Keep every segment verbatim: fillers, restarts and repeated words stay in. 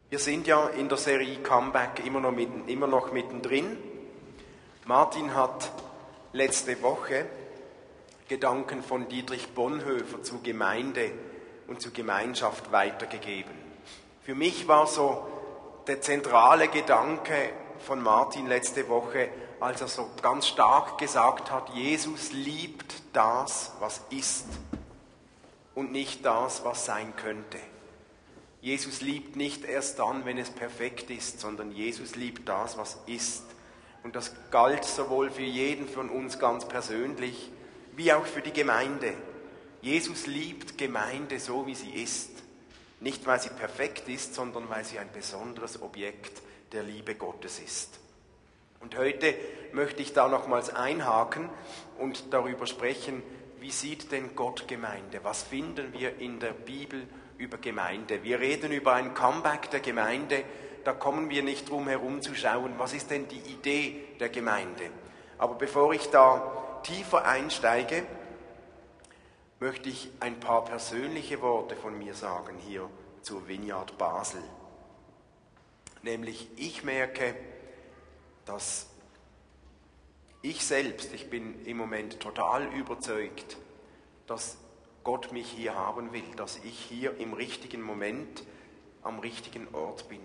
Wir sind ja in der Serie Comeback immer noch, mitten, immer noch mittendrin. Martin hat letzte Woche Gedanken von Dietrich Bonhoeffer zu Gemeinde und zu Gemeinschaft weitergegeben. Für mich war so der zentrale Gedanke von Martin letzte Woche, als er so ganz stark gesagt hat, Jesus liebt das, was ist und nicht das, was sein könnte. Jesus liebt nicht erst dann, wenn es perfekt ist, sondern Jesus liebt das, was ist. Und das galt sowohl für jeden von uns ganz persönlich, wie auch für die Gemeinde. Jesus liebt Gemeinde so, wie sie ist. Nicht, weil sie perfekt ist, sondern weil sie ein besonderes Objekt der Liebe Gottes ist. Und heute möchte ich da nochmals einhaken und darüber sprechen, wie sieht denn Gott Gemeinde? Was finden wir in der Bibel über Gemeinde? Wir reden über ein Comeback der Gemeinde, da kommen wir nicht drum herum zu schauen, was ist denn die Idee der Gemeinde? Aber bevor ich da tiefer einsteige, möchte ich ein paar persönliche Worte von mir sagen hier zur Vineyard Basel. Nämlich, ich merke, dass ich selbst, ich bin im Moment total überzeugt, dass Gott mich hier haben will, dass ich hier im richtigen Moment am richtigen Ort bin.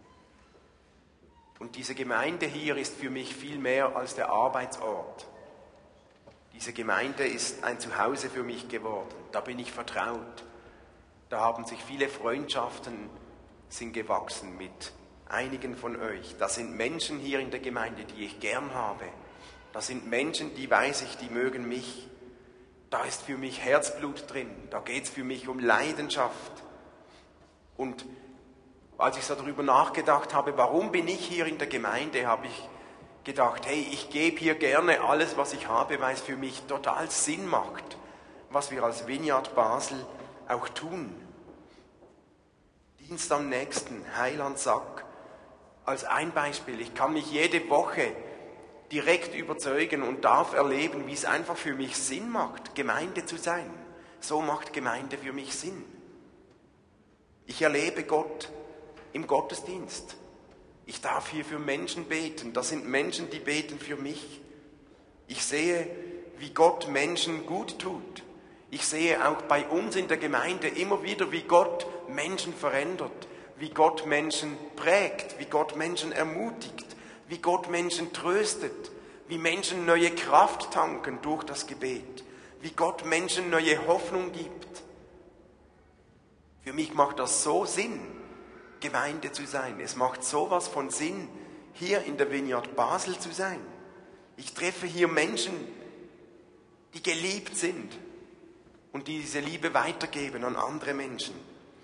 Und diese Gemeinde hier ist für mich viel mehr als der Arbeitsort. Diese Gemeinde ist ein Zuhause für mich geworden. Da bin ich vertraut. Da haben sich viele Freundschaften sind gewachsen mit einigen von euch. Da sind Menschen hier in der Gemeinde, die ich gern habe. Da sind Menschen, die weiß ich, die mögen mich. Da ist für mich Herzblut drin. Da geht es für mich um Leidenschaft. Und als ich so darüber nachgedacht habe, warum bin ich hier in der Gemeinde, habe ich gedacht, hey, ich gebe hier gerne alles, was ich habe, weil es für mich total Sinn macht, was wir als Vineyard Basel auch tun. Dienst am nächsten, Heilandsack, als ein Beispiel. Ich kann mich jede Woche direkt überzeugen und darf erleben, wie es einfach für mich Sinn macht, Gemeinde zu sein. So macht Gemeinde für mich Sinn. Ich erlebe Gott im Gottesdienst. Ich darf hier für Menschen beten. Das sind Menschen, die beten für mich. Ich sehe, wie Gott Menschen gut tut. Ich sehe auch bei uns in der Gemeinde immer wieder, wie Gott Menschen verändert, wie Gott Menschen prägt, wie Gott Menschen ermutigt, wie Gott Menschen tröstet, wie Menschen neue Kraft tanken durch das Gebet, wie Gott Menschen neue Hoffnung gibt. Für mich macht das so Sinn, Gemeinde zu sein. Es macht sowas von Sinn, hier in der Vineyard Basel zu sein. Ich treffe hier Menschen, die geliebt sind und die diese Liebe weitergeben an andere Menschen.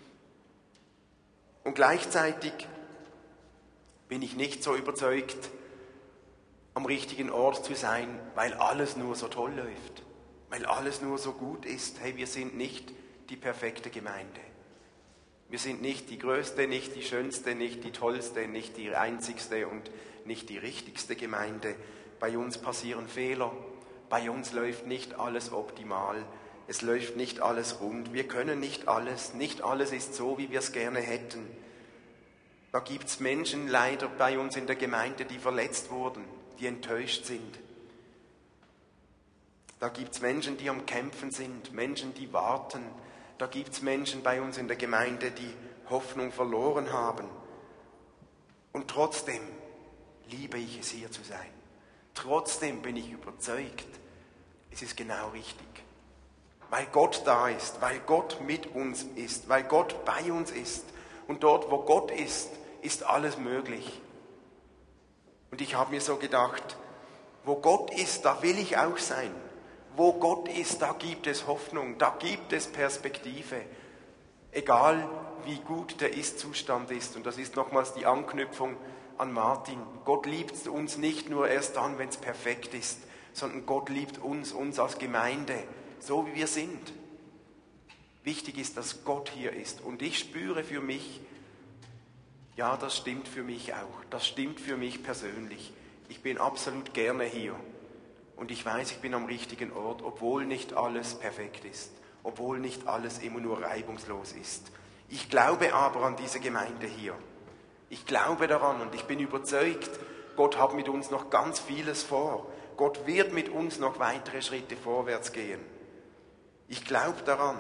Und gleichzeitig bin ich nicht so überzeugt, am richtigen Ort zu sein, weil alles nur so toll läuft, weil alles nur so gut ist. Hey, wir sind nicht die perfekte Gemeinde. Wir sind nicht die größte, nicht die schönste, nicht die tollste, nicht die einzigste und nicht die richtigste Gemeinde. Bei uns passieren Fehler, bei uns läuft nicht alles optimal, es läuft nicht alles rund, wir können nicht alles, nicht alles ist so, wie wir es gerne hätten. Da gibt es Menschen leider bei uns in der Gemeinde, die verletzt wurden, die enttäuscht sind. Da gibt es Menschen, die am Kämpfen sind, Menschen, die warten. Da gibt es Menschen bei uns in der Gemeinde, die Hoffnung verloren haben. Und trotzdem liebe ich es, hier zu sein. Trotzdem bin ich überzeugt, es ist genau richtig. Weil Gott da ist, weil Gott mit uns ist, weil Gott bei uns ist. Und dort, wo Gott ist, ist alles möglich. Und ich habe mir so gedacht, wo Gott ist, da will ich auch sein. Wo Gott ist, da gibt es Hoffnung, da gibt es Perspektive. Egal, wie gut der Ist-Zustand ist. Und das ist nochmals die Anknüpfung an Martin. Gott liebt uns nicht nur erst dann, wenn es perfekt ist, sondern Gott liebt uns, uns als Gemeinde, so wie wir sind. Wichtig ist, dass Gott hier ist. Und ich spüre für mich, ja, das stimmt für mich auch. Das stimmt für mich persönlich. Ich bin absolut gerne hier. Und ich weiß, ich bin am richtigen Ort, obwohl nicht alles perfekt ist, obwohl nicht alles immer nur reibungslos ist. Ich glaube aber an diese Gemeinde hier. Ich glaube daran und ich bin überzeugt, Gott hat mit uns noch ganz vieles vor. Gott wird mit uns noch weitere Schritte vorwärts gehen. Ich glaube daran.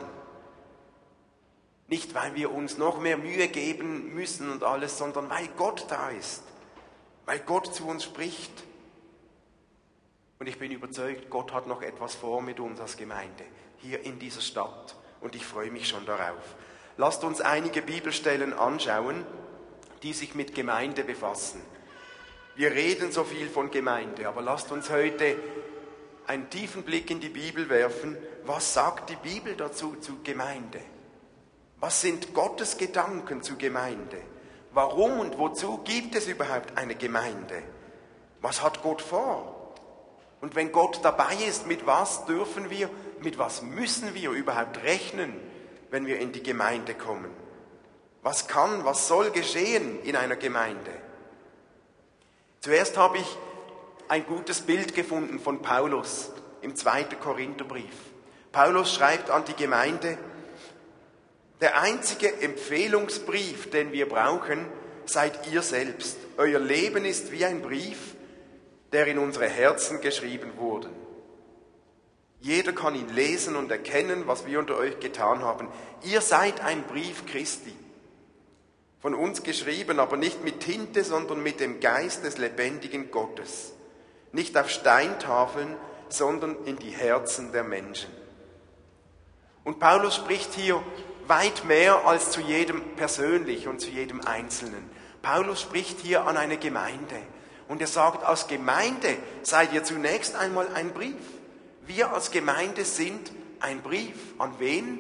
Nicht, weil wir uns noch mehr Mühe geben müssen und alles, sondern weil Gott da ist. Weil Gott zu uns spricht. Und ich bin überzeugt, Gott hat noch etwas vor mit uns als Gemeinde, hier in dieser Stadt. Und ich freue mich schon darauf. Lasst uns einige Bibelstellen anschauen, die sich mit Gemeinde befassen. Wir reden so viel von Gemeinde, aber lasst uns heute einen tiefen Blick in die Bibel werfen. Was sagt die Bibel dazu zu Gemeinde? Was sind Gottes Gedanken zu Gemeinde? Warum und wozu gibt es überhaupt eine Gemeinde? Was hat Gott vor? Und wenn Gott dabei ist, mit was dürfen wir, mit was müssen wir überhaupt rechnen, wenn wir in die Gemeinde kommen? Was kann, was soll geschehen in einer Gemeinde? Zuerst habe ich ein gutes Bild gefunden von Paulus im zweiten Korintherbrief. Paulus schreibt an die Gemeinde: Der einzige Empfehlungsbrief, den wir brauchen, seid ihr selbst. Euer Leben ist wie ein Brief, der in unsere Herzen geschrieben wurde. Jeder kann ihn lesen und erkennen, was wir unter euch getan haben. Ihr seid ein Brief Christi. Von uns geschrieben, aber nicht mit Tinte, sondern mit dem Geist des lebendigen Gottes. Nicht auf Steintafeln, sondern in die Herzen der Menschen. Und Paulus spricht hier weit mehr als zu jedem persönlich und zu jedem Einzelnen. Paulus spricht hier an eine Gemeinde. Und er sagt, als Gemeinde seid ihr zunächst einmal ein Brief. Wir als Gemeinde sind ein Brief. An wen?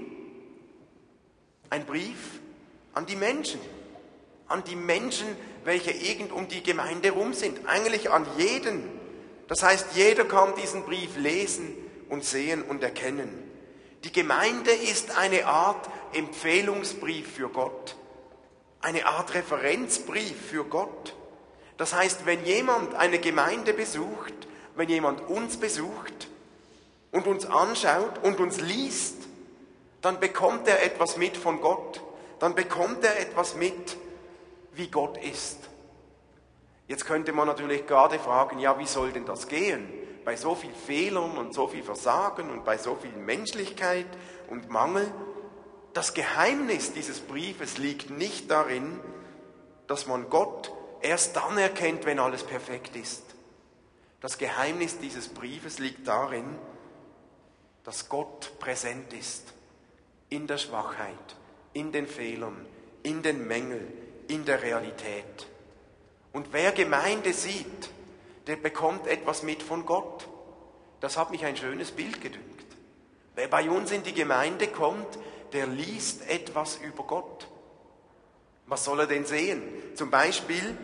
Ein Brief an die Menschen. An die Menschen, welche irgend um die Gemeinde rum sind. Eigentlich an jeden. Das heißt, jeder kann diesen Brief lesen und sehen und erkennen. Die Gemeinde ist eine Art Empfehlungsbrief für Gott. Eine Art Referenzbrief für Gott. Das heißt, wenn jemand eine Gemeinde besucht, wenn jemand uns besucht und uns anschaut und uns liest, dann bekommt er etwas mit von Gott. Dann bekommt er etwas mit, wie Gott ist. Jetzt könnte man natürlich gerade fragen, ja, wie soll denn das gehen? Bei so viel Fehlern und so viel Versagen und bei so viel Menschlichkeit und Mangel. Das Geheimnis dieses Briefes liegt nicht darin, dass man Gott erst dann erkennt, wenn alles perfekt ist. Das Geheimnis dieses Briefes liegt darin, dass Gott präsent ist. In der Schwachheit, in den Fehlern, in den Mängeln, in der Realität. Und wer Gemeinde sieht, der bekommt etwas mit von Gott. Das hat mich ein schönes Bild gedünkt. Wer bei uns in die Gemeinde kommt, der liest etwas über Gott. Was soll er denn sehen? Zum Beispiel,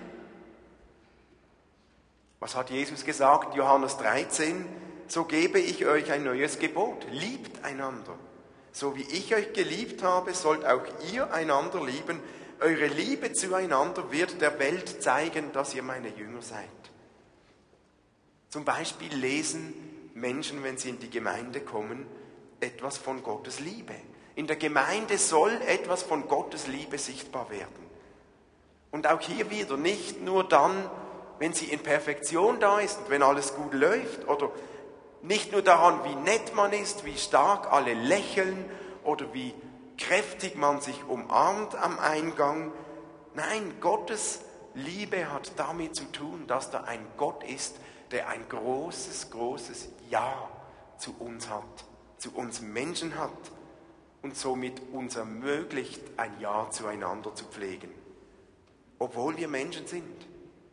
was hat Jesus gesagt? Johannes dreizehn, so gebe ich euch ein neues Gebot. Liebt einander. So wie ich euch geliebt habe, sollt auch ihr einander lieben. Eure Liebe zueinander wird der Welt zeigen, dass ihr meine Jünger seid. Zum Beispiel lesen Menschen, wenn sie in die Gemeinde kommen, etwas von Gottes Liebe. In der Gemeinde soll etwas von Gottes Liebe sichtbar werden. Und auch hier wieder nicht nur dann, wenn sie in Perfektion da ist und wenn alles gut läuft, oder nicht nur daran, wie nett man ist, wie stark alle lächeln oder wie kräftig man sich umarmt am Eingang. Nein, Gottes Liebe hat damit zu tun, dass da ein Gott ist, der ein großes, großes Ja zu uns hat, zu uns Menschen hat und somit uns ermöglicht, ein Ja zueinander zu pflegen, obwohl wir Menschen sind.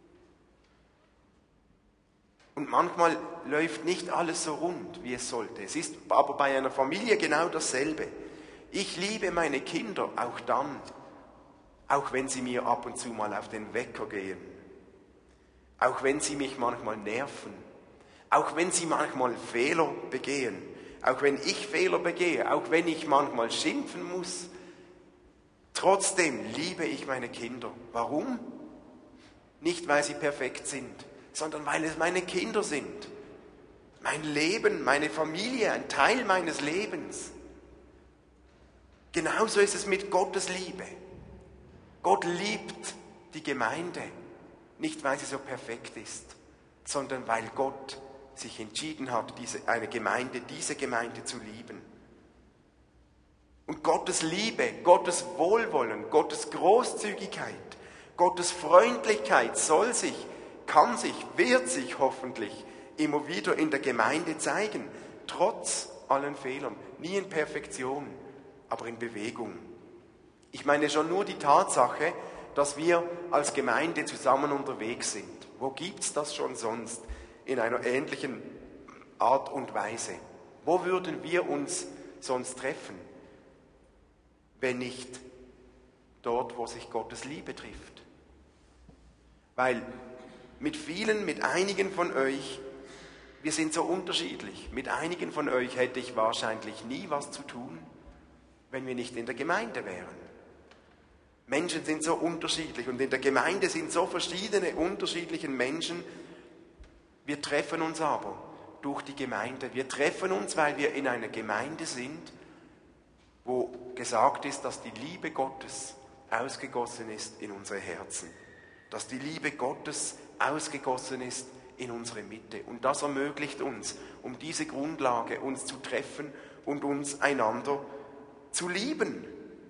Und manchmal läuft nicht alles so rund, wie es sollte. Es ist aber bei einer Familie genau dasselbe. Ich liebe meine Kinder auch dann, auch wenn sie mir ab und zu mal auf den Wecker gehen, auch wenn sie mich manchmal nerven, auch wenn sie manchmal Fehler begehen, auch wenn ich Fehler begehe, auch wenn ich manchmal schimpfen muss. Trotzdem liebe ich meine Kinder. Warum? Nicht, weil sie perfekt sind, sondern weil es meine Kinder sind. Mein Leben, meine Familie, ein Teil meines Lebens. Genauso ist es mit Gottes Liebe. Gott liebt die die Gemeinde. Nicht, weil sie so perfekt ist, sondern weil Gott sich entschieden hat, diese, eine Gemeinde, diese Gemeinde zu lieben. Und Gottes Liebe, Gottes Wohlwollen, Gottes Großzügigkeit, Gottes Freundlichkeit soll sich, kann sich, wird sich hoffentlich immer wieder in der Gemeinde zeigen, trotz allen Fehlern, nie in Perfektion, aber in Bewegung. Ich meine schon nur die Tatsache, dass wir als Gemeinde zusammen unterwegs sind. Wo gibt es das schon sonst in einer ähnlichen Art und Weise? Wo würden wir uns sonst treffen, wenn nicht dort, wo sich Gottes Liebe trifft? Weil mit vielen, mit einigen von euch, wir sind so unterschiedlich. Mit einigen von euch hätte ich wahrscheinlich nie was zu tun, wenn wir nicht in der Gemeinde wären. Menschen sind so unterschiedlich und in der Gemeinde sind so verschiedene unterschiedliche Menschen. Wir treffen uns aber durch die Gemeinde. Wir treffen uns, weil wir in einer Gemeinde sind, wo gesagt ist, dass die Liebe Gottes ausgegossen ist in unsere Herzen. Dass die Liebe Gottes ausgegossen ist in unsere Mitte. Und das ermöglicht uns, um diese Grundlage uns zu treffen und uns einander zu lieben.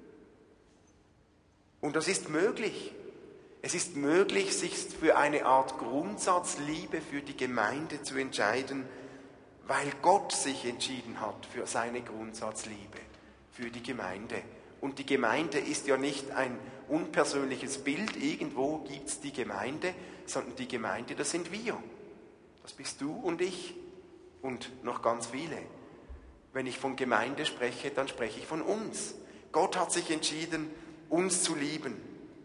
Und das ist möglich. Es ist möglich, sich für eine Art Grundsatzliebe für die Gemeinde zu entscheiden, weil Gott sich entschieden hat für seine Grundsatzliebe, für die Gemeinde. Und die Gemeinde ist ja nicht ein unpersönliches Bild, irgendwo gibt es die Gemeinde, sondern die Gemeinde, das sind wir. Das bist du und ich und noch ganz viele. Wenn ich von Gemeinde spreche, dann spreche ich von uns. Gott hat sich entschieden, uns zu lieben.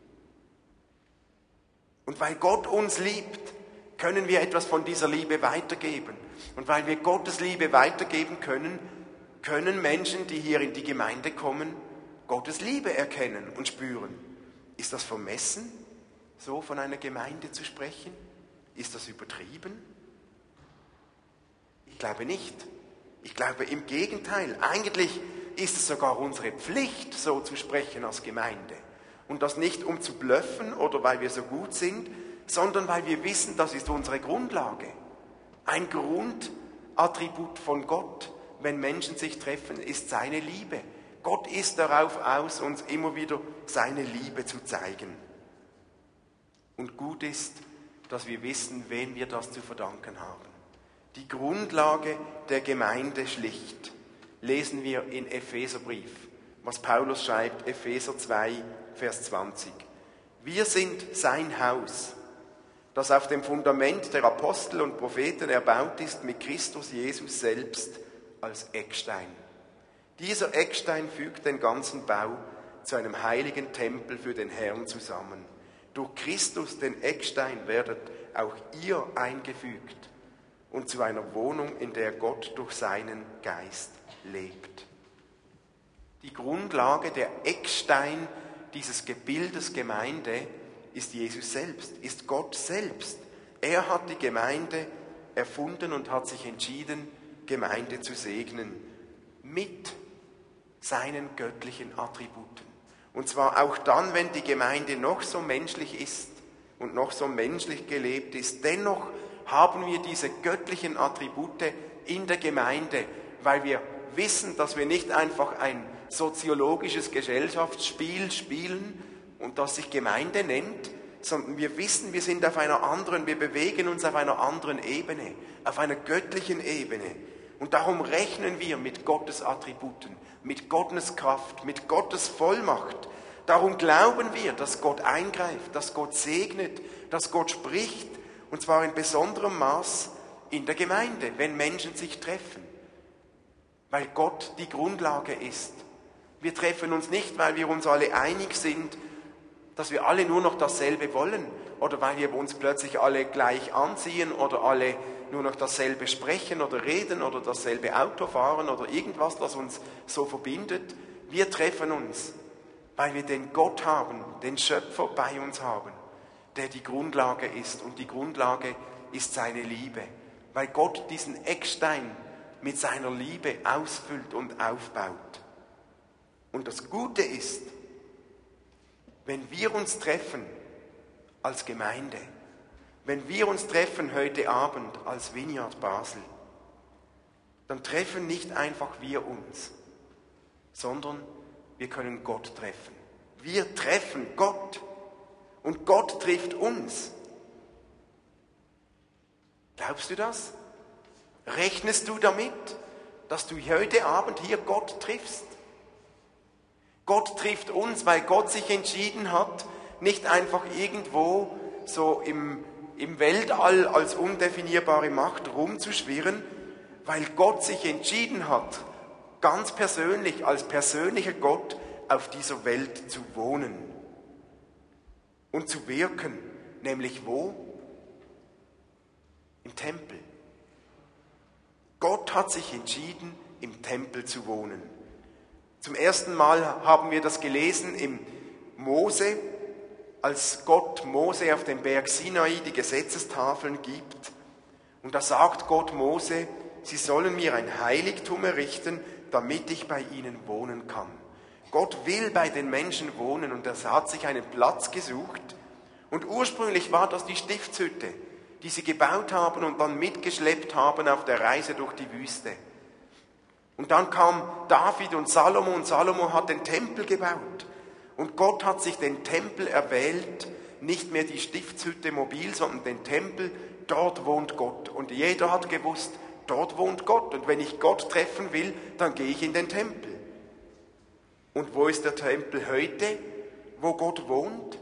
Und weil Gott uns liebt, können wir etwas von dieser Liebe weitergeben. Und weil wir Gottes Liebe weitergeben können, können Menschen, die hier in die Gemeinde kommen, Gottes Liebe erkennen und spüren. Ist das vermessen, so von einer Gemeinde zu sprechen? Ist das übertrieben? Ich glaube nicht. Ich glaube im Gegenteil. Eigentlich ist es sogar unsere Pflicht, so zu sprechen als Gemeinde. Und das nicht um zu blöffen oder weil wir so gut sind, sondern weil wir wissen, das ist unsere Grundlage. Ein Grundattribut von Gott, wenn Menschen sich treffen, ist seine Liebe. Gott ist darauf aus, uns immer wieder seine Liebe zu zeigen. Und gut ist, dass wir wissen, wem wir das zu verdanken haben. Die Grundlage der Gemeinde schlicht lesen wir in Epheserbrief, was Paulus schreibt, Epheser zwei, Vers zwanzig. Wir sind sein Haus, das auf dem Fundament der Apostel und Propheten erbaut ist, mit Christus Jesus selbst als Eckstein. Dieser Eckstein fügt den ganzen Bau zu einem heiligen Tempel für den Herrn zusammen. Durch Christus, den Eckstein, werdet auch ihr eingefügt und zu einer Wohnung, in der Gott durch seinen Geist lebt. Die Grundlage, der Eckstein dieses Gebildes Gemeinde ist Jesus selbst, ist Gott selbst. Er hat die Gemeinde erfunden und hat sich entschieden, Gemeinde zu segnen mit seinen göttlichen Attributen. Und zwar auch dann, wenn die Gemeinde noch so menschlich ist und noch so menschlich gelebt ist, dennoch haben wir diese göttlichen Attribute in der Gemeinde, weil wir wissen, dass wir nicht einfach ein soziologisches Gesellschaftsspiel spielen und das sich Gemeinde nennt, sondern wir wissen, wir sind auf einer anderen, wir bewegen uns auf einer anderen Ebene, auf einer göttlichen Ebene. Und darum rechnen wir mit Gottes Attributen, mit Gottes Kraft, mit Gottes Vollmacht. Darum glauben wir, dass Gott eingreift, dass Gott segnet, dass Gott spricht, und zwar in besonderem Maß in der Gemeinde, wenn Menschen sich treffen. Weil Gott die Grundlage ist. Wir treffen uns nicht, weil wir uns alle einig sind, dass wir alle nur noch dasselbe wollen oder weil wir uns plötzlich alle gleich anziehen oder alle nur noch dasselbe sprechen oder reden oder dasselbe Auto fahren oder irgendwas, das uns so verbindet. Wir treffen uns, weil wir den Gott haben, den Schöpfer bei uns haben, der die Grundlage ist, und die Grundlage ist seine Liebe, weil Gott diesen Eckstein mit seiner Liebe ausfüllt und aufbaut. Und das Gute ist, wenn wir uns treffen, als Gemeinde. Wenn wir uns treffen heute Abend als Vineyard Basel, dann treffen nicht einfach wir uns, sondern wir können Gott treffen. Wir treffen Gott und Gott trifft uns. Glaubst du das? Rechnest du damit, dass du heute Abend hier Gott triffst? Gott trifft uns, weil Gott sich entschieden hat, nicht einfach irgendwo so im, im Weltall als undefinierbare Macht rumzuschwirren, weil Gott sich entschieden hat, ganz persönlich, als persönlicher Gott auf dieser Welt zu wohnen und zu wirken. Nämlich wo? Im Tempel. Gott hat sich entschieden, im Tempel zu wohnen. Zum ersten Mal haben wir das gelesen im Mose, als Gott Mose auf dem Berg Sinai die Gesetzestafeln gibt. Und da sagt Gott Mose, sie sollen mir ein Heiligtum errichten, damit ich bei ihnen wohnen kann. Gott will bei den Menschen wohnen und er hat sich einen Platz gesucht. Und ursprünglich war das die Stiftshütte, die sie gebaut haben und dann mitgeschleppt haben auf der Reise durch die Wüste. Und dann kam David und Salomo und Salomo hat den Tempel gebaut. Und Gott hat sich den Tempel erwählt, nicht mehr die Stiftshütte mobil, sondern den Tempel, dort wohnt Gott. Und jeder hat gewusst, dort wohnt Gott. Und wenn ich Gott treffen will, dann gehe ich in den Tempel. Und wo ist der Tempel heute, wo Gott wohnt?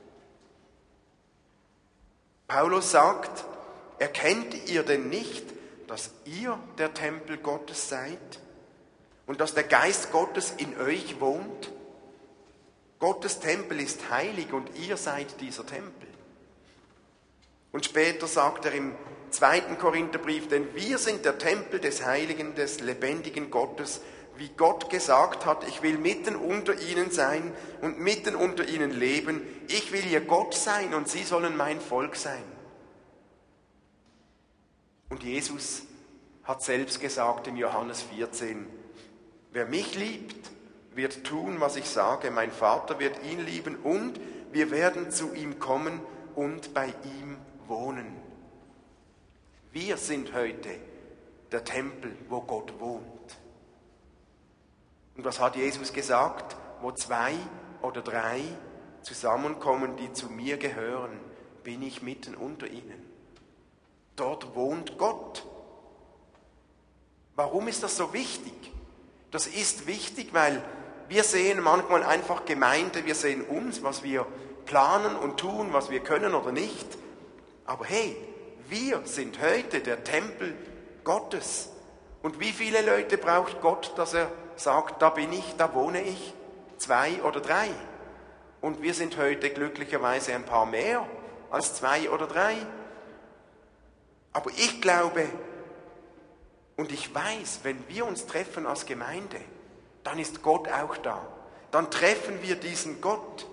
Paulus sagt, erkennt ihr denn nicht, dass ihr der Tempel Gottes seid und dass der Geist Gottes in euch wohnt? Gottes Tempel ist heilig und ihr seid dieser Tempel. Und später sagt er im zweiten Korintherbrief, denn wir sind der Tempel des Heiligen, des lebendigen Gottes, wie Gott gesagt hat, ich will mitten unter ihnen sein und mitten unter ihnen leben. Ich will ihr Gott sein und sie sollen mein Volk sein. Und Jesus hat selbst gesagt in Johannes vierzehn, wer mich liebt, wird tun, was ich sage. Mein Vater wird ihn lieben und wir werden zu ihm kommen und bei ihm wohnen. Wir sind heute der Tempel, wo Gott wohnt. Und was hat Jesus gesagt? Wo zwei oder drei zusammenkommen, die zu mir gehören, bin ich mitten unter ihnen. Dort wohnt Gott. Warum ist das so wichtig? Das ist wichtig, weil wir sehen manchmal einfach Gemeinde, wir sehen uns, was wir planen und tun, was wir können oder nicht. Aber hey, wir sind heute der Tempel Gottes. Und wie viele Leute braucht Gott, dass er sagt, da bin ich, da wohne ich? Zwei oder drei. Und wir sind heute glücklicherweise ein paar mehr als zwei oder drei. Aber ich glaube und ich weiß, wenn wir uns treffen als Gemeinde, dann ist Gott auch da. Dann treffen wir diesen Gott.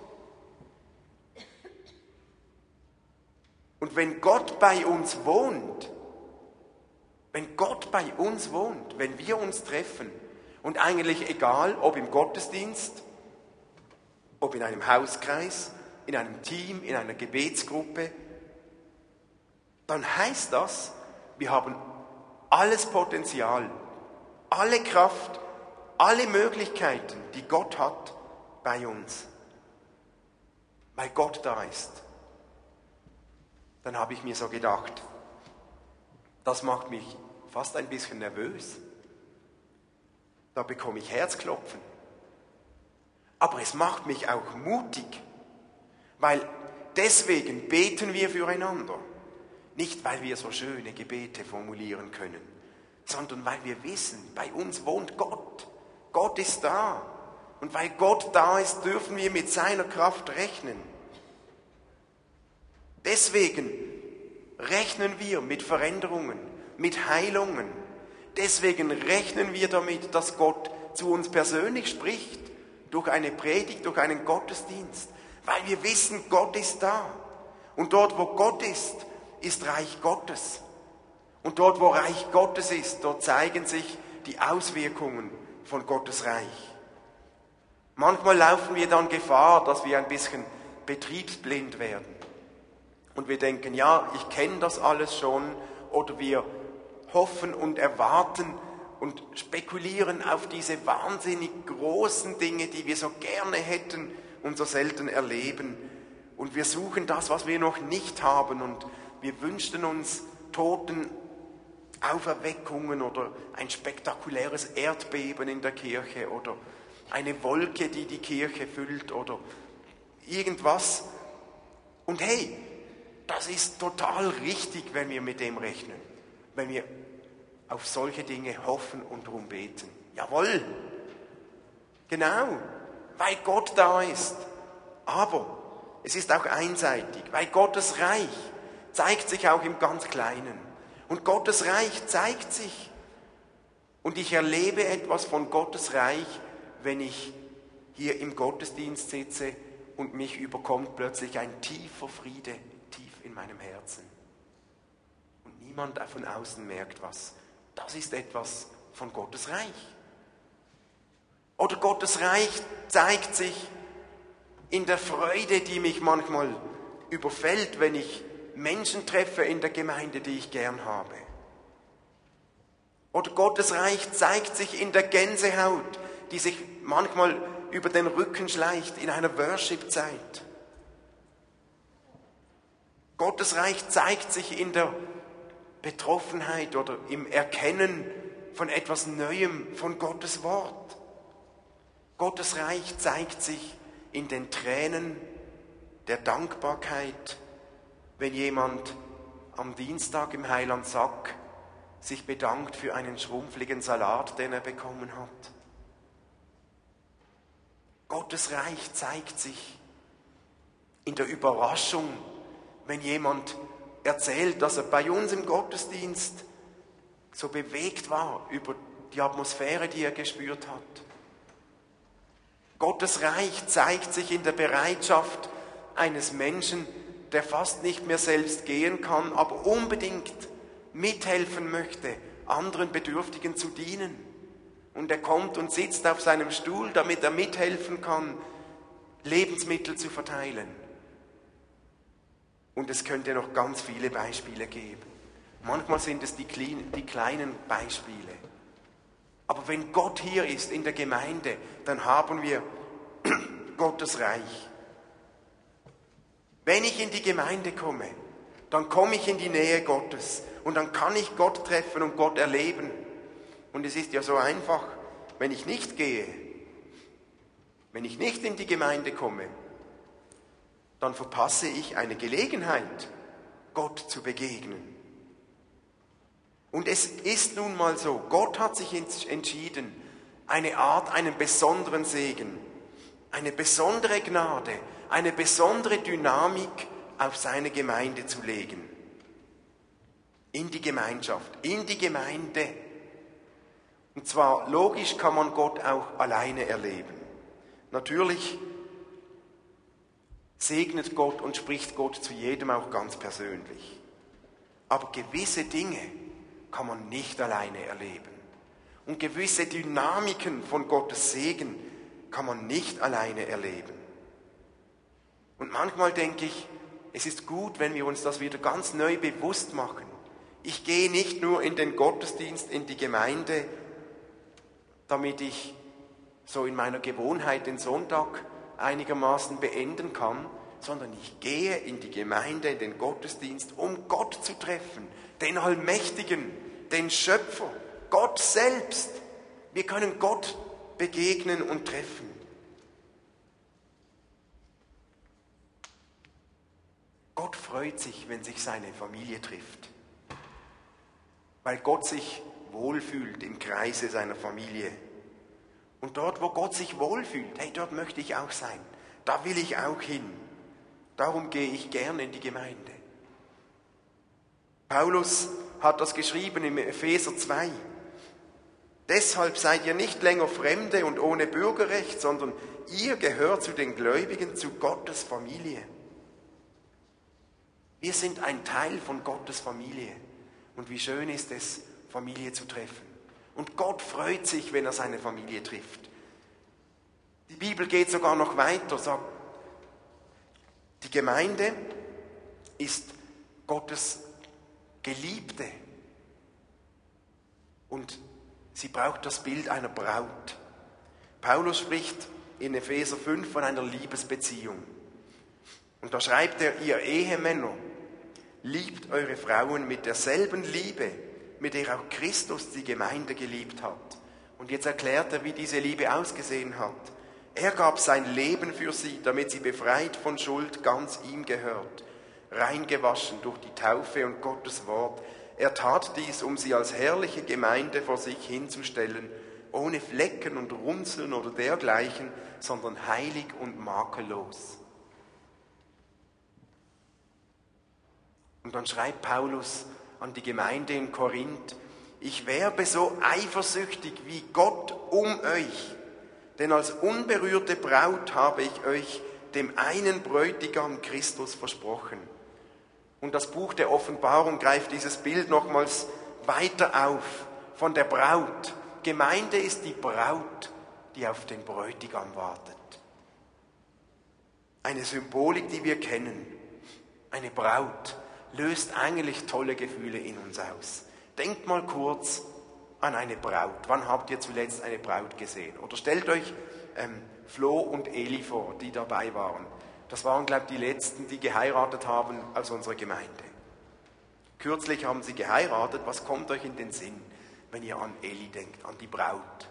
Und wenn Gott bei uns wohnt, wenn Gott bei uns wohnt, wenn wir uns treffen, und eigentlich egal, ob im Gottesdienst, ob in einem Hauskreis, in einem Team, in einer Gebetsgruppe, dann heißt das, wir haben alles Potenzial, alle Kraft, alle Möglichkeiten, die Gott hat, bei uns. Weil Gott da ist. Dann habe ich mir so gedacht, das macht mich fast ein bisschen nervös. Da bekomme ich Herzklopfen. Aber es macht mich auch mutig, weil deswegen beten wir füreinander. Nicht, weil wir so schöne Gebete formulieren können, sondern weil wir wissen, bei uns wohnt Gott. Gott ist da. Und weil Gott da ist, dürfen wir mit seiner Kraft rechnen. Deswegen rechnen wir mit Veränderungen, mit Heilungen. Deswegen rechnen wir damit, dass Gott zu uns persönlich spricht, durch eine Predigt, durch einen Gottesdienst. Weil wir wissen, Gott ist da. Und dort, wo Gott ist, ist Reich Gottes. Und dort, wo Reich Gottes ist, dort zeigen sich die Auswirkungen von Gottes Reich. Manchmal laufen wir dann Gefahr, dass wir ein bisschen betriebsblind werden. und wir denken, ja, ich kenne das alles schon, oder wir hoffen und erwarten und spekulieren auf diese wahnsinnig großen Dinge, die wir so gerne hätten und so selten erleben. Und wir suchen das, was wir noch nicht haben, und wir wünschten uns Totenauferweckungen oder ein spektakuläres Erdbeben in der Kirche oder eine Wolke, die die Kirche füllt oder irgendwas. Und hey, das ist total richtig, wenn wir mit dem rechnen, wenn wir auf solche Dinge hoffen und darum beten. Jawohl, genau, weil Gott da ist. Aber es ist auch einseitig, weil Gottes Reich zeigt sich auch im ganz Kleinen. Und Gottes Reich zeigt sich. Und ich erlebe etwas von Gottes Reich, wenn ich hier im Gottesdienst sitze und mich überkommt plötzlich ein tiefer Friede tief in meinem Herzen. Und niemand von außen merkt was. Das ist etwas von Gottes Reich. Oder Gottes Reich zeigt sich in der Freude, die mich manchmal überfällt, wenn ich Menschen treffe in der Gemeinde, die ich gern habe. Oder Gottes Reich zeigt sich in der Gänsehaut, die sich manchmal über den Rücken schleicht in einer Worship-Zeit. Gottes Reich zeigt sich in der Betroffenheit oder im Erkennen von etwas Neuem, von Gottes Wort. Gottes Reich zeigt sich in den Tränen der Dankbarkeit, wenn jemand am Dienstag im Heilandsack sich bedankt für einen schrumpfligen Salat, den er bekommen hat. Gottes Reich zeigt sich in der Überraschung, wenn jemand erzählt, dass er bei uns im Gottesdienst so bewegt war über die Atmosphäre, die er gespürt hat. Gottes Reich zeigt sich in der Bereitschaft eines Menschen, der fast nicht mehr selbst gehen kann, aber unbedingt mithelfen möchte, anderen Bedürftigen zu dienen. Und er kommt und sitzt auf seinem Stuhl, damit er mithelfen kann, Lebensmittel zu verteilen. Und es könnte noch ganz viele Beispiele geben. Manchmal sind es die kleinen Beispiele. Aber wenn Gott hier ist in der Gemeinde, dann haben wir Gottes Reich. Wenn ich in die Gemeinde komme, dann komme ich in die Nähe Gottes und dann kann ich Gott treffen und Gott erleben. Und es ist ja so einfach, wenn ich nicht gehe, wenn ich nicht in die Gemeinde komme, dann verpasse ich eine Gelegenheit, Gott zu begegnen. Und es ist nun mal so, Gott hat sich entschieden, eine Art, einen besonderen Segen, eine besondere Gnade, eine besondere Dynamik auf seine Gemeinde zu legen. In die Gemeinschaft, in die Gemeinde. Und zwar logisch kann man Gott auch alleine erleben. Natürlich segnet Gott und spricht Gott zu jedem auch ganz persönlich. Aber gewisse Dinge kann man nicht alleine erleben. Und gewisse Dynamiken von Gottes Segen kann man nicht alleine erleben. Und manchmal denke ich, es ist gut, wenn wir uns das wieder ganz neu bewusst machen. Ich gehe nicht nur in den Gottesdienst, in die Gemeinde, damit ich so in meiner Gewohnheit den Sonntag einigermaßen beenden kann, sondern ich gehe in die Gemeinde, in den Gottesdienst, um Gott zu treffen, den Allmächtigen, den Schöpfer, Gott selbst. Wir können Gott begegnen und treffen. Gott freut sich, wenn sich seine Familie trifft, weil Gott sich wohlfühlt im Kreise seiner Familie. Und dort, wo Gott sich wohlfühlt, hey, dort möchte ich auch sein. Da will ich auch hin. Darum gehe ich gerne in die Gemeinde. Paulus hat das geschrieben im Epheser zwei. Deshalb seid ihr nicht länger Fremde und ohne Bürgerrecht, sondern ihr gehört zu den Gläubigen, zu Gottes Familie. Wir sind ein Teil von Gottes Familie. Und wie schön ist es, Familie zu treffen. Und Gott freut sich, wenn er seine Familie trifft. Die Bibel geht sogar noch weiter, sagt, die Gemeinde ist Gottes Geliebte. Und sie braucht das Bild einer Braut. Paulus spricht in Epheser fünf von einer Liebesbeziehung. Und da schreibt er, ihr Ehemänner, liebt eure Frauen mit derselben Liebe, mit der auch Christus die Gemeinde geliebt hat. Und jetzt erklärt er, wie diese Liebe ausgesehen hat. Er gab sein Leben für sie, damit sie befreit von Schuld ganz ihm gehört, reingewaschen durch die Taufe und Gottes Wort. Er tat dies, um sie als herrliche Gemeinde vor sich hinzustellen, ohne Flecken und Runzeln oder dergleichen, sondern heilig und makellos. Und dann schreibt Paulus an die Gemeinde in Korinth, ich werbe so eifersüchtig wie Gott um euch, denn als unberührte Braut habe ich euch dem einen Bräutigam Christus versprochen. Und das Buch der Offenbarung greift dieses Bild nochmals weiter auf, von der Braut. Gemeinde ist die Braut, die auf den Bräutigam wartet. Eine Symbolik, die wir kennen. Eine Braut löst eigentlich tolle Gefühle in uns aus. Denkt mal kurz an eine Braut. Wann habt ihr zuletzt eine Braut gesehen? Oder stellt euch ähm, Flo und Eli vor, die dabei waren. Das waren, glaube ich, die Letzten, die geheiratet haben aus unserer Gemeinde. Kürzlich haben sie geheiratet. Was kommt euch in den Sinn, wenn ihr an Eli denkt, an die Braut?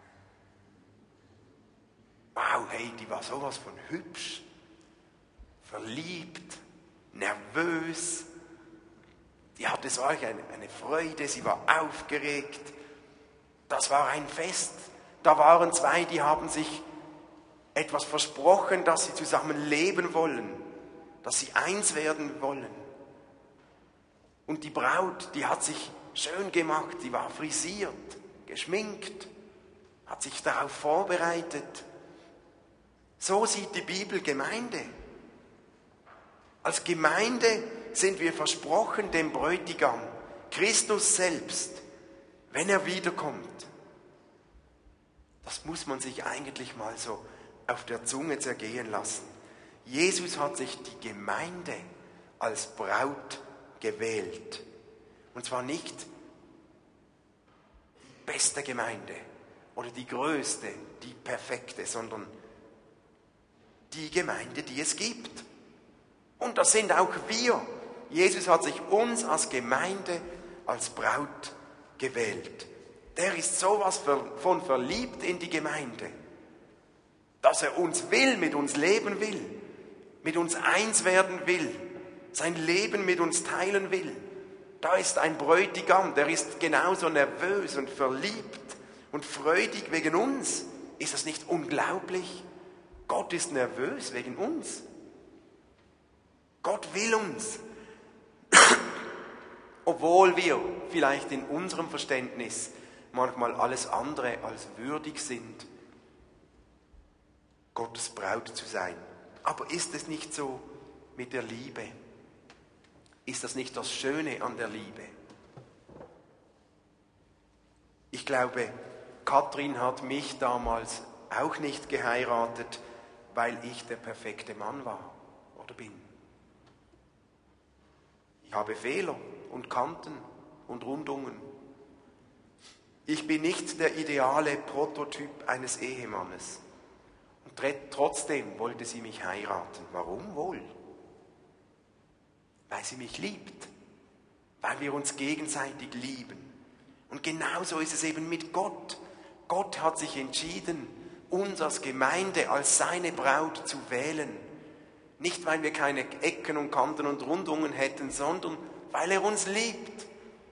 Wow, hey, die war sowas von hübsch, verliebt, nervös. Die hatte solch eine, eine Freude, sie war aufgeregt. Das war ein Fest. Da waren zwei, die haben sich etwas versprochen, dass sie zusammen leben wollen, dass sie eins werden wollen. Und die Braut, die hat sich schön gemacht, sie war frisiert, geschminkt, hat sich darauf vorbereitet. So sieht die Bibel Gemeinde. Als Gemeinde sind wir versprochen dem Bräutigam, Christus selbst, wenn er wiederkommt. Das muss man sich eigentlich mal so auf der Zunge zergehen lassen. Jesus hat sich die Gemeinde als Braut gewählt. Und zwar nicht die beste Gemeinde oder die größte, die perfekte, sondern die Gemeinde, die es gibt. Und das sind auch wir. Jesus hat sich uns als Gemeinde, als Braut gewählt. Der ist sowas von verliebt in die Gemeinde, dass er uns will, mit uns leben will, mit uns eins werden will, sein Leben mit uns teilen will. Da ist ein Bräutigam, der ist genauso nervös und verliebt und freudig wegen uns. Ist das nicht unglaublich? Gott ist nervös wegen uns. Gott will uns. Obwohl wir vielleicht in unserem Verständnis manchmal alles andere als würdig sind, Gottes Braut zu sein. Aber ist es nicht so mit der Liebe? Ist das nicht das Schöne an der Liebe? Ich glaube, Katrin hat mich damals auch nicht geheiratet, weil ich der perfekte Mann war oder bin. Ich habe Fehler und Kanten und Rundungen. Ich bin nicht der ideale Prototyp eines Ehemannes. Und trotzdem wollte sie mich heiraten. Warum wohl? Weil sie mich liebt. Weil wir uns gegenseitig lieben. Und genauso ist es eben mit Gott. Gott hat sich entschieden, uns als Gemeinde, als seine Braut zu wählen. Nicht, weil wir keine Ecken und Kanten und Rundungen hätten, sondern weil er uns liebt.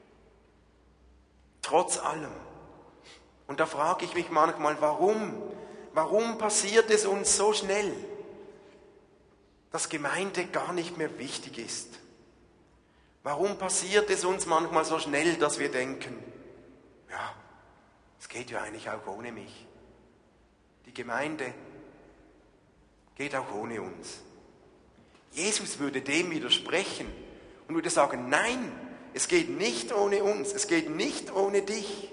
Trotz allem. Und da frage ich mich manchmal, warum? Warum passiert es uns so schnell, dass Gemeinde gar nicht mehr wichtig ist? Warum passiert es uns manchmal so schnell, dass wir denken, ja, es geht ja eigentlich auch ohne mich. Die Gemeinde geht auch ohne uns. Jesus würde dem widersprechen und würde sagen, nein, es geht nicht ohne uns, es geht nicht ohne dich.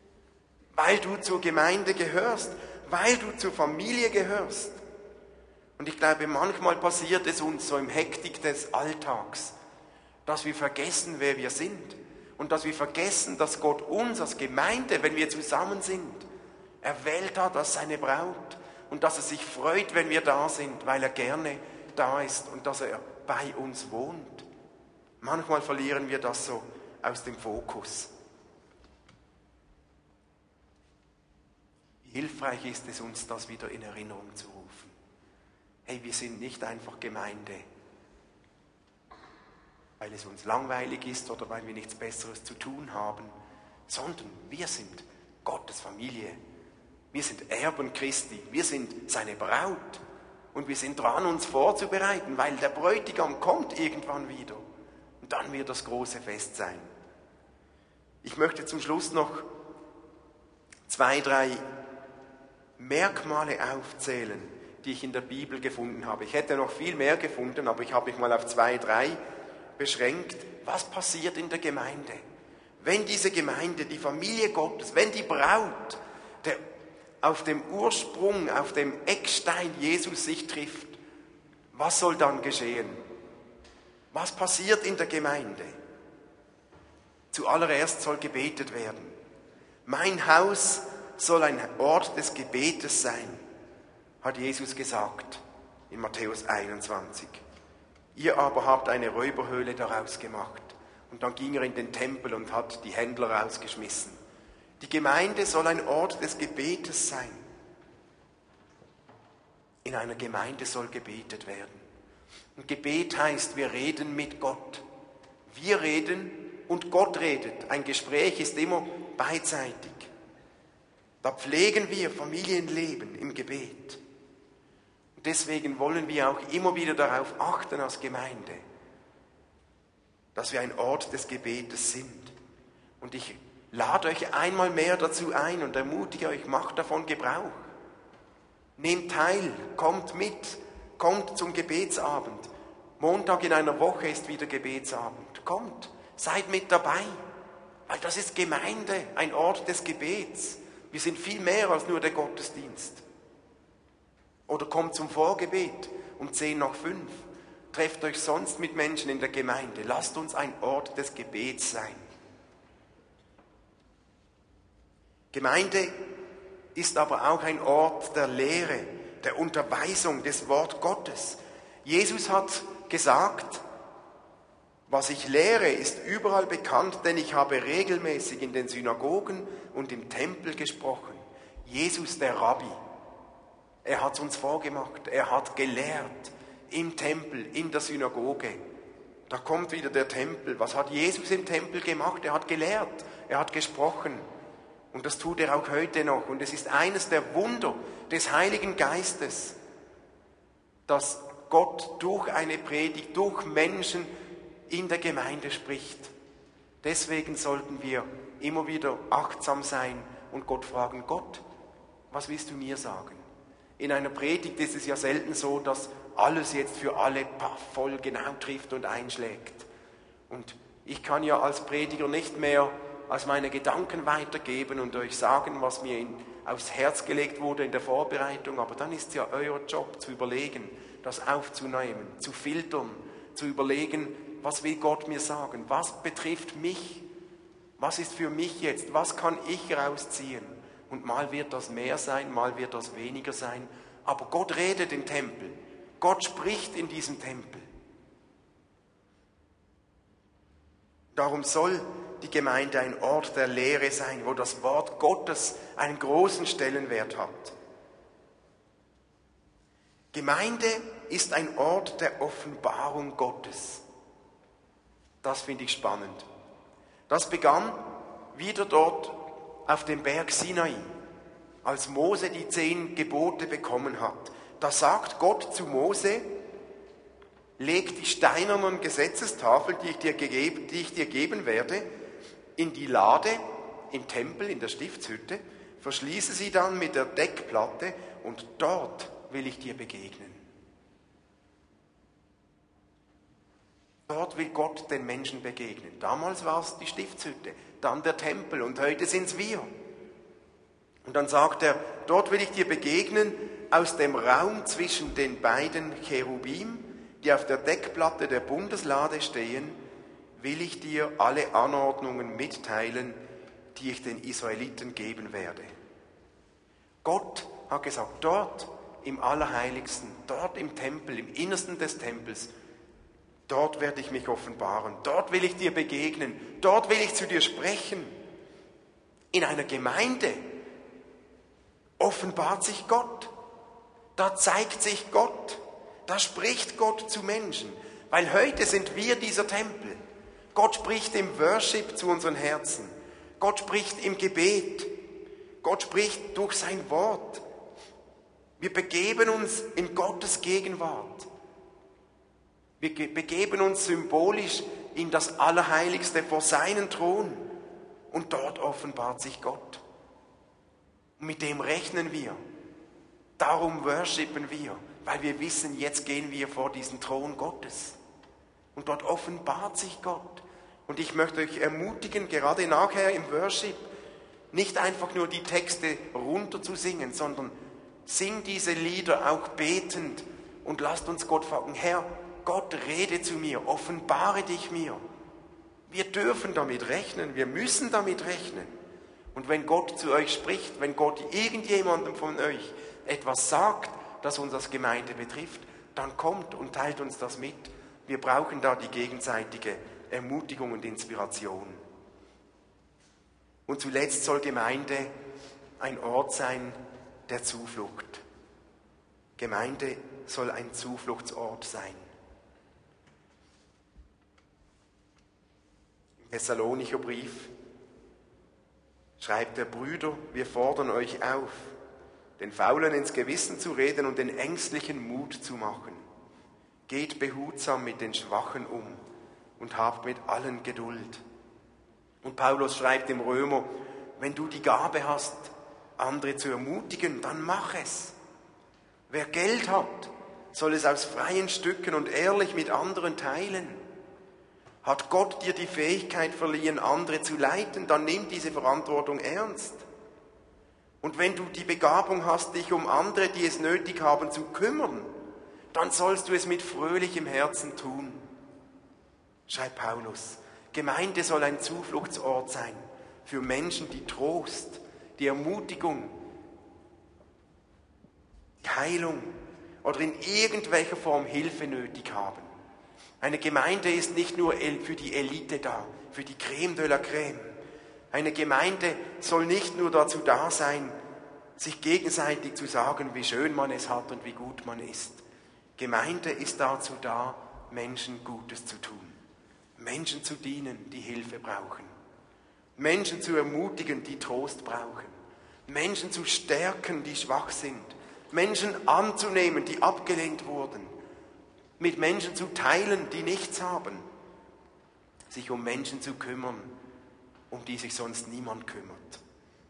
Weil du zur Gemeinde gehörst, weil du zur Familie gehörst. Und ich glaube, manchmal passiert es uns so im Hektik des Alltags, dass wir vergessen, wer wir sind. Und dass wir vergessen, dass Gott uns als Gemeinde, wenn wir zusammen sind, erwählt hat als seine Braut. Und dass er sich freut, wenn wir da sind, weil er gerne da ist und dass er bei uns wohnt. Manchmal verlieren wir das so aus dem Fokus. Hilfreich ist es uns, das wieder in Erinnerung zu rufen. Hey, wir sind nicht einfach Gemeinde, weil es uns langweilig ist oder weil wir nichts Besseres zu tun haben, sondern wir sind Gottes Familie. Wir sind Erben Christi, wir sind seine Braut und wir sind dran, uns vorzubereiten, weil der Bräutigam kommt irgendwann wieder und dann wird das große Fest sein. Ich möchte zum Schluss noch zwei, drei Merkmale aufzählen, die ich in der Bibel gefunden habe. Ich hätte noch viel mehr gefunden, aber ich habe mich mal auf zwei, drei beschränkt. Was passiert in der Gemeinde? Wenn diese Gemeinde, die Familie Gottes, wenn die Braut, der auf dem Ursprung, auf dem Eckstein Jesus sich trifft, was soll dann geschehen? Was passiert in der Gemeinde? Zuallererst soll gebetet werden. Mein Haus soll ein Ort des Gebetes sein, hat Jesus gesagt in Matthäus einundzwanzig. Ihr aber habt eine Räuberhöhle daraus gemacht. Und dann ging er in den Tempel und hat die Händler rausgeschmissen. Die Gemeinde soll ein Ort des Gebetes sein. In einer Gemeinde soll gebetet werden. Und Gebet heißt, wir reden mit Gott. Wir reden und Gott redet. Ein Gespräch ist immer beidseitig. Da pflegen wir Familienleben im Gebet. Und deswegen wollen wir auch immer wieder darauf achten als Gemeinde, dass wir ein Ort des Gebetes sind. Und ich lade euch einmal mehr dazu ein und ermutige euch, macht davon Gebrauch. Nehmt teil, kommt mit, kommt zum Gebetsabend. Montag in einer Woche ist wieder Gebetsabend. Kommt, seid mit dabei, weil das ist Gemeinde, ein Ort des Gebets. Wir sind viel mehr als nur der Gottesdienst. Oder kommt zum Vorgebet um zehn nach fünf. Trefft euch sonst mit Menschen in der Gemeinde. Lasst uns ein Ort des Gebets sein. Gemeinde ist aber auch ein Ort der Lehre, der Unterweisung des Wort Gottes. Jesus hat gesagt, was ich lehre, ist überall bekannt, denn ich habe regelmäßig in den Synagogen und im Tempel gesprochen. Jesus, der Rabbi, er hat es uns vorgemacht, er hat gelehrt im Tempel, in der Synagoge. Da kommt wieder der Tempel. Was hat Jesus im Tempel gemacht? Er hat gelehrt, er hat gesprochen. Und das tut er auch heute noch. Und es ist eines der Wunder des Heiligen Geistes, dass Gott durch eine Predigt, durch Menschen in der Gemeinde spricht. Deswegen sollten wir immer wieder achtsam sein und Gott fragen, Gott, was willst du mir sagen? In einer Predigt ist es ja selten so, dass alles jetzt für alle voll genau trifft und einschlägt. Und ich kann ja als Prediger nicht mehr als meine Gedanken weitergeben und euch sagen, was mir in, aufs Herz gelegt wurde in der Vorbereitung. Aber dann ist es ja euer Job zu überlegen, das aufzunehmen, zu filtern, zu überlegen, was will Gott mir sagen? Was betrifft mich? Was ist für mich jetzt? Was kann ich rausziehen? Und mal wird das mehr sein, mal wird das weniger sein. Aber Gott redet im Tempel. Gott spricht in diesem Tempel. Darum soll die Gemeinde ein Ort der Lehre sein, wo das Wort Gottes einen großen Stellenwert hat. Gemeinde ist ein Ort der Offenbarung Gottes. Das finde ich spannend. Das begann wieder dort auf dem Berg Sinai, als Mose die zehn Gebote bekommen hat. Da sagt Gott zu Mose, leg die steinernen Gesetzestafeln, die ich dir, gegeben, die ich dir geben werde, in die Lade im Tempel, in der Stiftshütte, verschließe sie dann mit der Deckplatte und dort will ich dir begegnen. Dort will Gott den Menschen begegnen. Damals war es die Stiftshütte, dann der Tempel und heute sind es wir. Und dann sagt er, dort will ich dir begegnen, aus dem Raum zwischen den beiden Cherubim, die auf der Deckplatte der Bundeslade stehen, will ich dir alle Anordnungen mitteilen, die ich den Israeliten geben werde. Gott hat gesagt, dort im Allerheiligsten, dort im Tempel, im Innersten des Tempels, dort werde ich mich offenbaren, dort will ich dir begegnen, dort will ich zu dir sprechen. In einer Gemeinde offenbart sich Gott, da zeigt sich Gott, da spricht Gott zu Menschen, weil heute sind wir dieser Tempel. Gott spricht im Worship zu unseren Herzen, Gott spricht im Gebet, Gott spricht durch sein Wort. Wir begeben uns in Gottes Gegenwart. Wir begeben uns symbolisch in das Allerheiligste vor seinen Thron und dort offenbart sich Gott. Und mit dem rechnen wir. Darum worshipen wir, weil wir wissen, jetzt gehen wir vor diesen Thron Gottes. Und dort offenbart sich Gott. Und ich möchte euch ermutigen, gerade nachher im Worship, nicht einfach nur die Texte runter zu singen, sondern sing diese Lieder auch betend und lasst uns Gott fragen, Herr, Gott, rede zu mir, offenbare dich mir. Wir dürfen damit rechnen, wir müssen damit rechnen. Und wenn Gott zu euch spricht, wenn Gott irgendjemandem von euch etwas sagt, das uns als Gemeinde betrifft, dann kommt und teilt uns das mit. Wir brauchen da die gegenseitige Ermutigung und Inspiration. Und zuletzt soll Gemeinde ein Ort sein der Zuflucht. Gemeinde soll ein Zufluchtsort sein. Im Thessalonicher Brief schreibt der Brüder, wir fordern euch auf, den Faulen ins Gewissen zu reden und den Ängstlichen Mut zu machen. Geht behutsam mit den Schwachen um und habt mit allen Geduld. Und Paulus schreibt im Römer, wenn du die Gabe hast, andere zu ermutigen, dann mach es. Wer Geld hat, soll es aus freien Stücken und ehrlich mit anderen teilen. Hat Gott dir die Fähigkeit verliehen, andere zu leiten, dann nimm diese Verantwortung ernst. Und wenn du die Begabung hast, dich um andere, die es nötig haben, zu kümmern, dann sollst du es mit fröhlichem Herzen tun. Schreibt Paulus, Gemeinde soll ein Zufluchtsort sein für Menschen, die Trost, die Ermutigung, die Heilung oder in irgendwelcher Form Hilfe nötig haben. Eine Gemeinde ist nicht nur für die Elite da, für die Creme de la Creme. Eine Gemeinde soll nicht nur dazu da sein, sich gegenseitig zu sagen, wie schön man es hat und wie gut man ist. Gemeinde ist dazu da, Menschen Gutes zu tun. Menschen zu dienen, die Hilfe brauchen. Menschen zu ermutigen, die Trost brauchen. Menschen zu stärken, die schwach sind. Menschen anzunehmen, die abgelehnt wurden. Mit Menschen zu teilen, die nichts haben. Sich um Menschen zu kümmern, um die sich sonst niemand kümmert.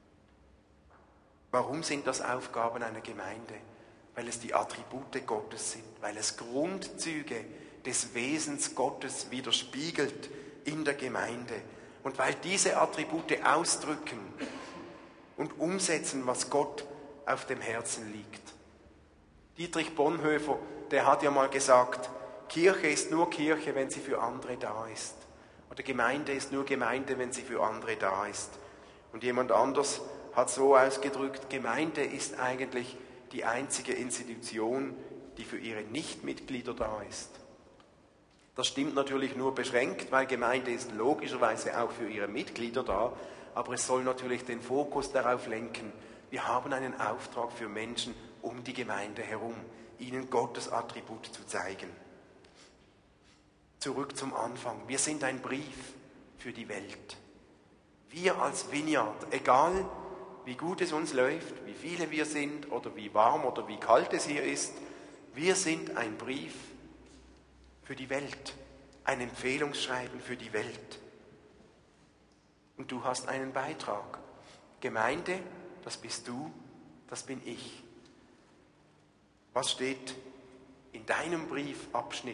Warum sind das Aufgaben einer Gemeinde? Weil es die Attribute Gottes sind, weil es Grundzüge des Wesens Gottes widerspiegelt in der Gemeinde und weil diese Attribute ausdrücken und umsetzen, was Gott auf dem Herzen liegt. Dietrich Bonhoeffer, der hat ja mal gesagt, Kirche ist nur Kirche, wenn sie für andere da ist. Oder Gemeinde ist nur Gemeinde, wenn sie für andere da ist. Und jemand anders hat so ausgedrückt, Gemeinde ist eigentlich die einzige Institution, die für ihre Nichtmitglieder da ist. Das stimmt natürlich nur beschränkt, weil Gemeinde ist logischerweise auch für ihre Mitglieder da, aber es soll natürlich den Fokus darauf lenken, wir haben einen Auftrag für Menschen um die Gemeinde herum, ihnen Gottes Attribut zu zeigen. Zurück zum Anfang. Wir sind ein Brief für die Welt. Wir als Vineyard, egal wie gut es uns läuft, wie viele wir sind oder wie warm oder wie kalt es hier ist, wir sind ein Brief für die Welt, ein Empfehlungsschreiben für die Welt. Und du hast einen Beitrag. Gemeinde, das bist du, das bin ich. Was steht in deinem Briefabschnitt?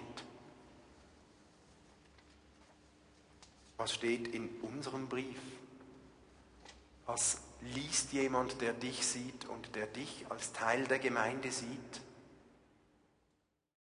Was steht in unserem Brief? Was liest jemand, der dich sieht und der dich als Teil der Gemeinde sieht?